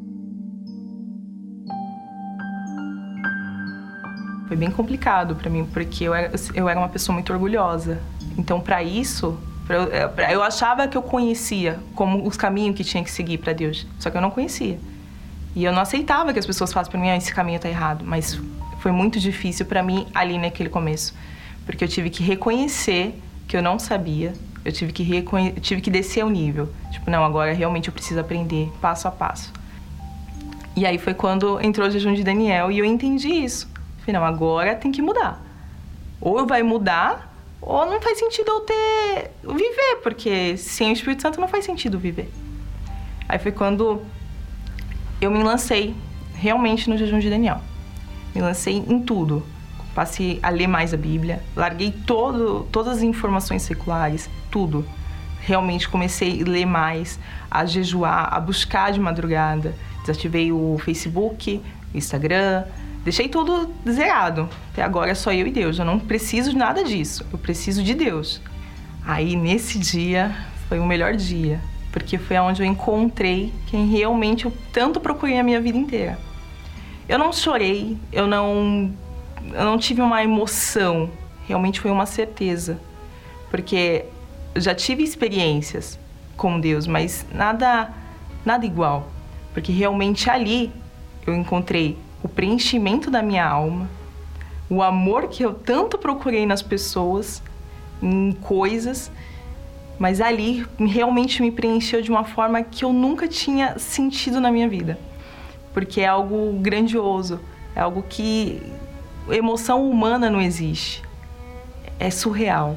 Foi bem complicado para mim, porque eu era, eu era uma pessoa muito orgulhosa. Então, para isso, pra, pra, eu achava que eu conhecia como os caminhos que tinha que seguir para Deus. Só que eu não conhecia. E eu não aceitava que as pessoas falassem para mim, ah, esse caminho tá errado. Mas foi muito difícil para mim ali naquele começo. Porque eu tive que reconhecer que eu não sabia. Eu tive que, reconhe- eu tive que descer o nível. Tipo, não, agora realmente eu preciso aprender passo a passo. E aí foi quando entrou o jejum de Daniel e eu entendi isso. Falei, não, agora tem que mudar. Ou vai mudar, ou não faz sentido eu ter... viver, porque sem o Espírito Santo não faz sentido viver. Aí foi quando eu me lancei realmente no jejum de Daniel. Me lancei em tudo. Passei a ler mais a Bíblia, larguei todo, todas as informações seculares, tudo. Realmente comecei a ler mais, a jejuar, a buscar de madrugada. Desativei o Facebook, o Instagram, deixei tudo zerado. Até agora é só eu e Deus, eu não preciso de nada disso, eu preciso de Deus. Aí nesse dia foi o melhor dia, porque foi onde eu encontrei quem realmente eu tanto procurei a minha vida inteira. Eu não chorei, eu não... eu não tive uma emoção, realmente foi uma certeza. Porque eu já tive experiências com Deus, mas nada, nada igual. Porque realmente ali eu encontrei o preenchimento da minha alma, o amor que eu tanto procurei nas pessoas, em coisas, mas ali realmente me preencheu de uma forma que eu nunca tinha sentido na minha vida. Porque é algo grandioso, é algo que... emoção humana não existe. É surreal.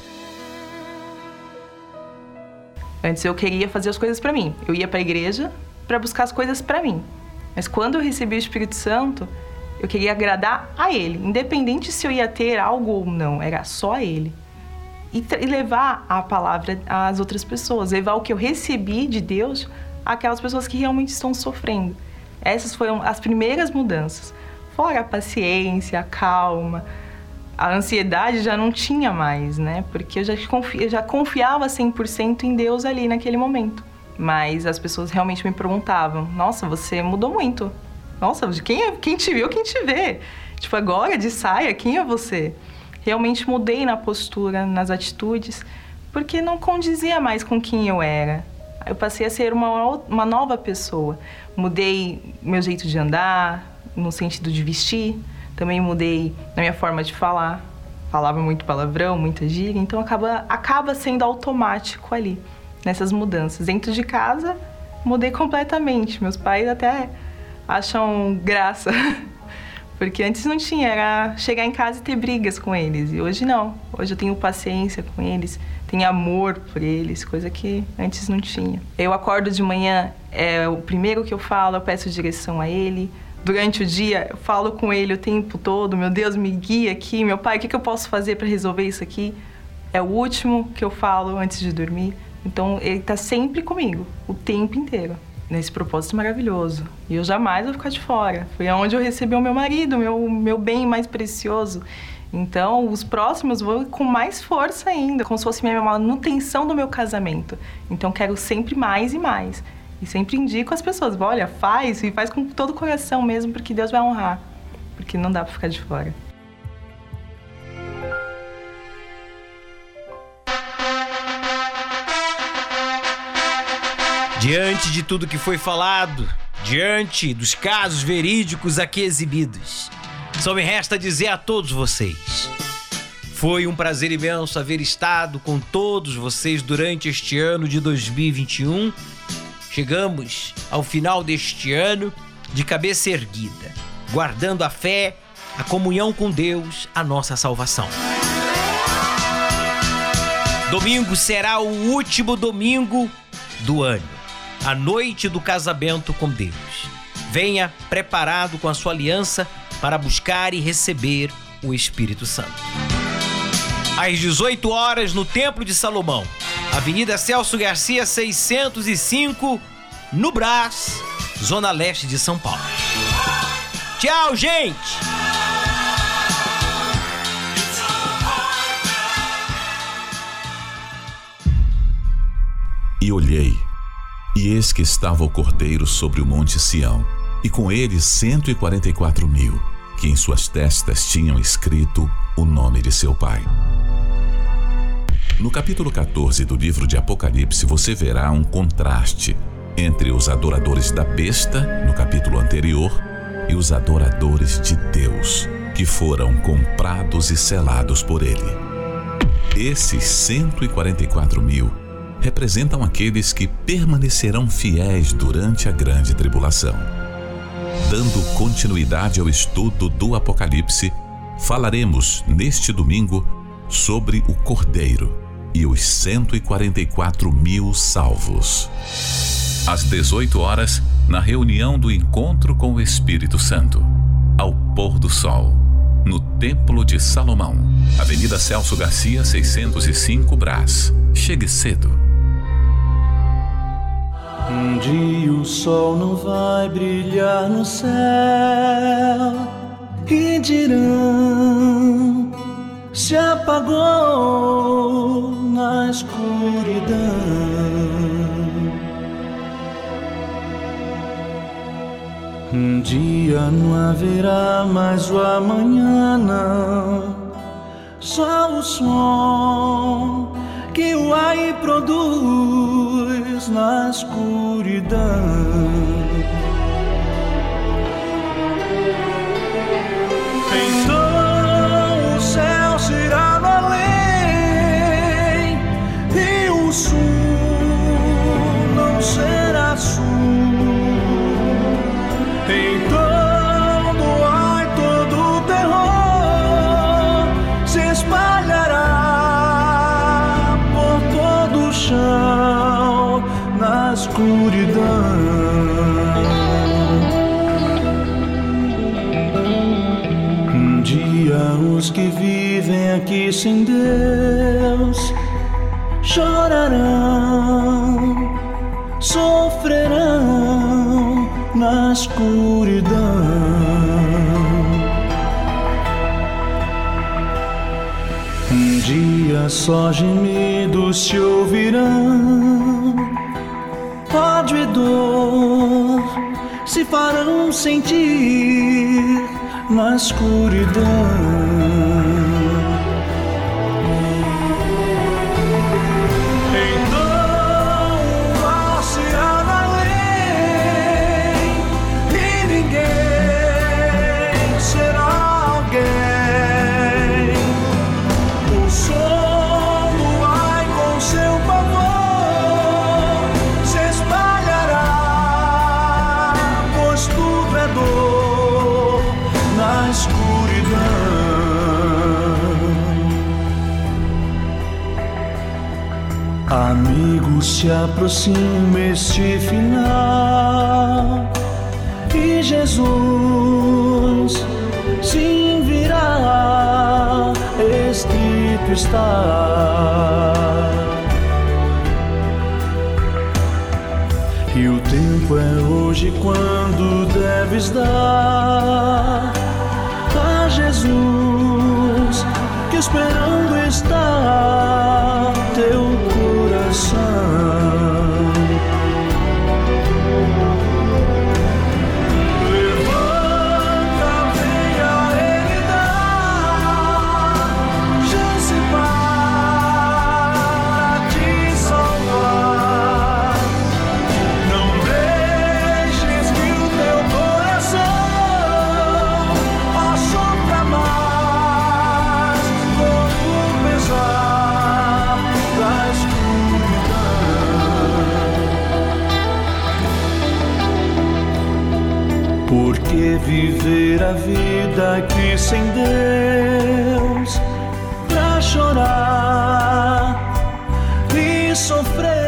Antes eu queria fazer as coisas pra mim. Eu ia pra igreja pra buscar as coisas pra mim. Mas quando eu recebi o Espírito Santo, eu queria agradar a Ele. Independente se eu ia ter algo ou não, era só a Ele. E, e levar a palavra às outras pessoas. Levar o que eu recebi de Deus àquelas pessoas que realmente estão sofrendo. Essas foram as primeiras mudanças. Fora a paciência, a calma, a ansiedade já não tinha mais, né? Porque eu já, confi- eu já confiava cem por cento em Deus ali naquele momento. Mas as pessoas realmente me perguntavam, nossa, você mudou muito. Nossa, quem, é, quem te viu, quem te vê? Tipo, agora de saia, quem é você? Realmente mudei na postura, nas atitudes, porque não condizia mais com quem eu era. Eu passei a ser uma, uma nova pessoa. Mudei meu jeito de andar, no sentido de vestir, também mudei na minha forma de falar, falava muito palavrão, muita gíria, então acaba, acaba sendo automático ali, nessas mudanças. Dentro de casa, mudei completamente, meus pais até acham graça, porque antes não tinha, era chegar em casa e ter brigas com eles, e hoje não, hoje eu tenho paciência com eles, tenho amor por eles, coisa que antes não tinha. Eu acordo de manhã, é o primeiro que eu falo, eu peço direção a ele. Durante o dia, eu falo com ele o tempo todo, meu Deus, me guia aqui, meu pai, o que, que eu posso fazer para resolver isso aqui? É o último que eu falo antes de dormir. Então, ele está sempre comigo, o tempo inteiro, nesse propósito maravilhoso. E eu jamais vou ficar de fora. Foi onde eu recebi o meu marido, meu, meu bem mais precioso. Então, os próximos vão com mais força ainda, como se fosse minha manutenção do meu casamento. Então, quero sempre mais e mais. E sempre indico às pessoas, olha, faz, e faz com todo o coração mesmo, porque Deus vai honrar. Porque não dá pra ficar de fora. Diante de tudo que foi falado, diante dos casos verídicos aqui exibidos, só me resta dizer a todos vocês: foi um prazer imenso haver estado com todos vocês durante este ano de dois mil e vinte e um. Chegamos ao final deste ano de cabeça erguida, guardando a fé, a comunhão com Deus, a nossa salvação. Domingo será o último domingo do ano, a noite do casamento com Deus. Venha preparado com a sua aliança para buscar e receber o Espírito Santo. Às dezoito horas, no Templo de Salomão, Avenida Celso Garcia, seiscentos e cinco, no Brás, Zona Leste de São Paulo. Tchau, gente! E olhei, e eis que estava o Cordeiro sobre o monte Sião, e com ele cento e quarenta e quatro mil, que em suas testas tinham escrito o nome de seu pai. No capítulo quatorze do livro de Apocalipse, você verá um contraste entre os adoradores da besta, no capítulo anterior, e os adoradores de Deus, que foram comprados e selados por ele. Esses cento e quarenta e quatro mil representam aqueles que permanecerão fiéis durante a grande tribulação. Dando continuidade ao estudo do Apocalipse, falaremos neste domingo sobre o Cordeiro e os cento e quarenta e quatro mil salvos. Às dezoito horas, na reunião do Encontro com o Espírito Santo, ao pôr do sol, no Templo de Salomão, Avenida Celso Garcia, seiscentos e cinco, Brás. Chegue cedo. Um dia o sol não vai brilhar no céu e dirão: se apagou na escuridão. Um dia não haverá mais o amanhã, não, só o som que o ar produz na escuridão. Então o céu será no além e o sul não será sul. Então do ar todo o terror se espalhará por todo o chão na escuridão. Um dia os que vivem aqui sem Deus chorarão, sofrerão na escuridão. Um dia só gemidos se ouvirão, ódio e dor se farão sentir na escuridão. Amigos, se aproxima este final e Jesus sim virá, escrito está. E o tempo é hoje quando deves dar a Jesus, que esperando está teu coração. Levanta, venha, Ele dá chance para te salvar. Não deixes que o teu coração sofra mais todo o pesar da escuridão. Porque viver a vida aqui sem Deus, pra chorar e sofrer